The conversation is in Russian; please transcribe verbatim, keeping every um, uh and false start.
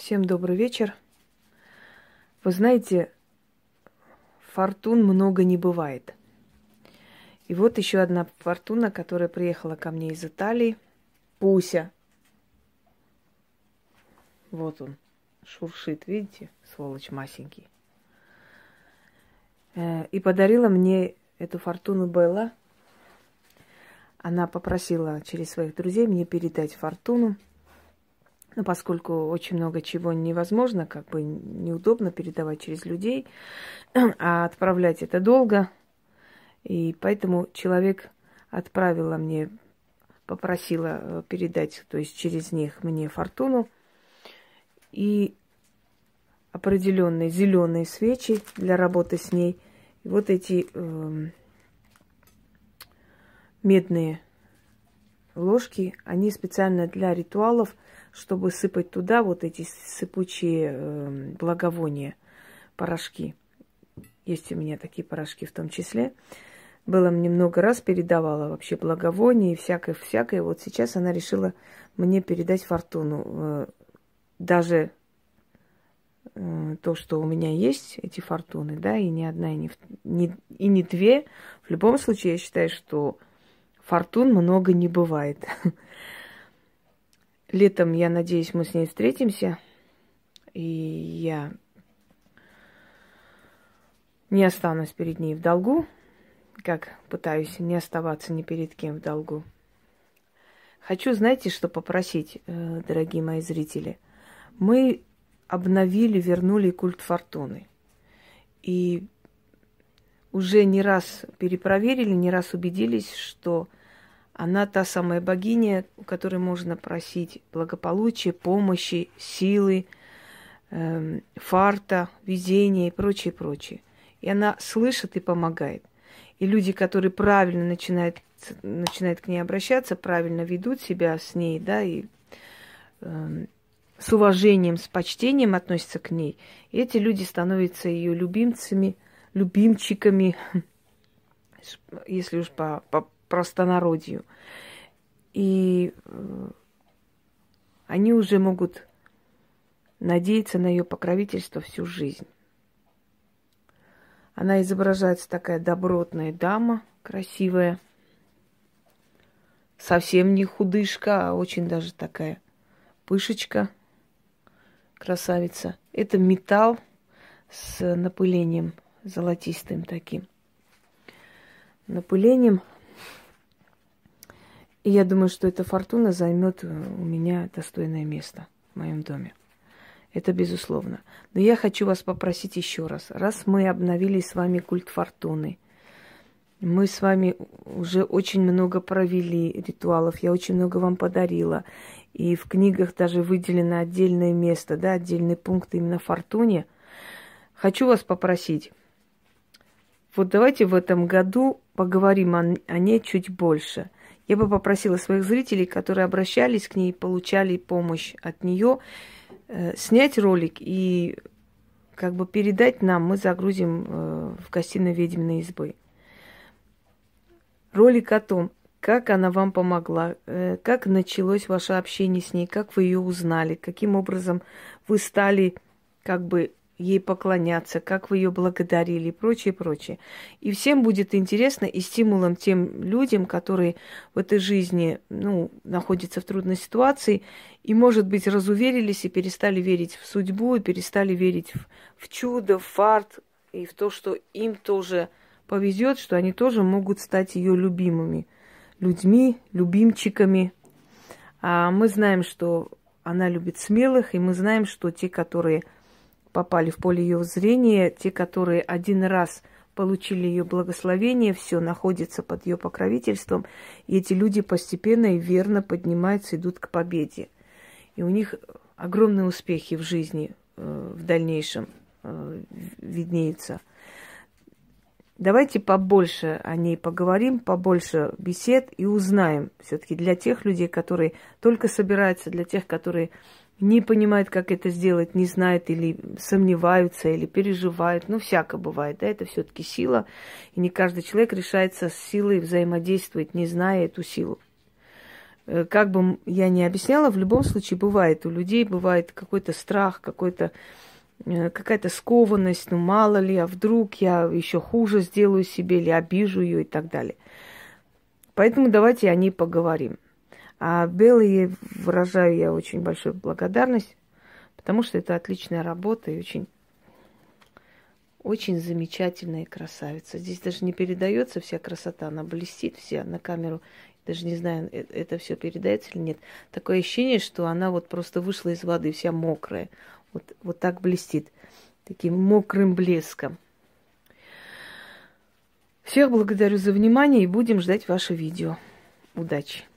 Всем добрый вечер. Вы знаете, фортун много не бывает. И вот еще одна фортуна, которая приехала ко мне из Италии. Пуся. Вот он, шуршит, видите, сволочь масенький. И подарила мне эту фортуну Белла. Она попросила через своих друзей мне передать фортуну. Но поскольку очень много чего невозможно, как бы неудобно передавать через людей, а отправлять это долго. И поэтому человек отправила мне, попросила передать, то есть через них мне фортуну и определенные зеленые свечи для работы с ней. И вот эти э, медные ложки, они специально для ритуалов, чтобы сыпать туда вот эти сыпучие э, благовония, порошки. Есть у меня такие порошки в том числе. Было мне много раз передавала вообще благовония и всякое-всякое. Вот сейчас она решила мне передать фортуну. Э, даже э, то, что у меня есть, эти фортуны, да, и ни одна, и не, не, и не две. В любом случае, я считаю, что фортун много не бывает. Летом, я надеюсь, мы с ней встретимся, и я не останусь перед ней в долгу, как пытаюсь не оставаться ни перед кем в долгу. Хочу, знаете, что попросить, дорогие мои зрители? Мы обновили, вернули культ фортуны. И уже не раз перепроверили, не раз убедились, что она та самая богиня, у которой можно просить благополучия, помощи, силы, э, фарта, везения и прочее, прочее. И она слышит и помогает. И люди, которые правильно начинают, начинают к ней обращаться, правильно ведут себя с ней, да, и э, с уважением, с почтением относятся к ней, и эти люди становятся ее любимцами, любимчиками, если уж по, по простонародью. И э, они уже могут надеяться на ее покровительство всю жизнь. Она изображается такая добротная дама, красивая, совсем не худышка, а очень даже такая пышечка, красавица. Это металл с напылением золотистым таким. Напылением. И я думаю, что эта фортуна займет у меня достойное место в моем доме. Это безусловно. Но я хочу вас попросить еще раз. Раз мы обновили с вами культ фортуны, мы с вами уже очень много провели ритуалов, я очень много вам подарила. И в книгах даже выделено отдельное место, да, отдельный пункт именно фортуне. Хочу вас попросить. Вот давайте в этом году поговорим о, о ней чуть больше. Я бы попросила своих зрителей, которые обращались к ней, получали помощь от нее, э, снять ролик и как бы передать нам, мы загрузим э, в гостиной ведьминой избы. Ролик о том, как она вам помогла, э, как началось ваше общение с ней, как вы ее узнали, каким образом вы стали как бы ей поклоняться, как вы ее благодарили и прочее, прочее. И всем будет интересно и стимулом тем людям, которые в этой жизни, ну, находятся в трудной ситуации и, может быть, разуверились и перестали верить в судьбу, и перестали верить в, в чудо, в фарт, и в то, что им тоже повезет, что они тоже могут стать ее любимыми людьми, любимчиками. А мы знаем, что она любит смелых, и мы знаем, что те, которые попали в поле ее зрения, те, которые один раз получили ее благословение, все находится под ее покровительством, и эти люди постепенно и верно поднимаются, идут к победе. И у них огромные успехи в жизни э, в дальнейшем э, виднеются. Давайте побольше о ней поговорим, побольше бесед и узнаем. Все-таки для тех людей, которые только собираются, для тех, которые не понимают, как это сделать, не знают или сомневаются, или переживают. Ну, всяко бывает, да, это все-таки сила. И не каждый человек решается с силой взаимодействовать, не зная эту силу. Э, Как бы м- я ни объясняла, в любом случае бывает. У людей бывает какой-то страх, какой-то, э, какая-то скованность. Ну, мало ли, а вдруг я еще хуже сделаю себе или обижу ее и так далее. Поэтому давайте о ней поговорим. А Белле выражаю я очень большую благодарность, потому что это отличная работа и очень, очень замечательная красавица. Здесь даже не передается вся красота, она блестит вся на камеру. Даже не знаю, э- это все передается или нет. Такое ощущение, что она вот просто вышла из воды, вся мокрая. Вот, вот так блестит, таким мокрым блеском. Всех благодарю за внимание и будем ждать ваше видео. Удачи!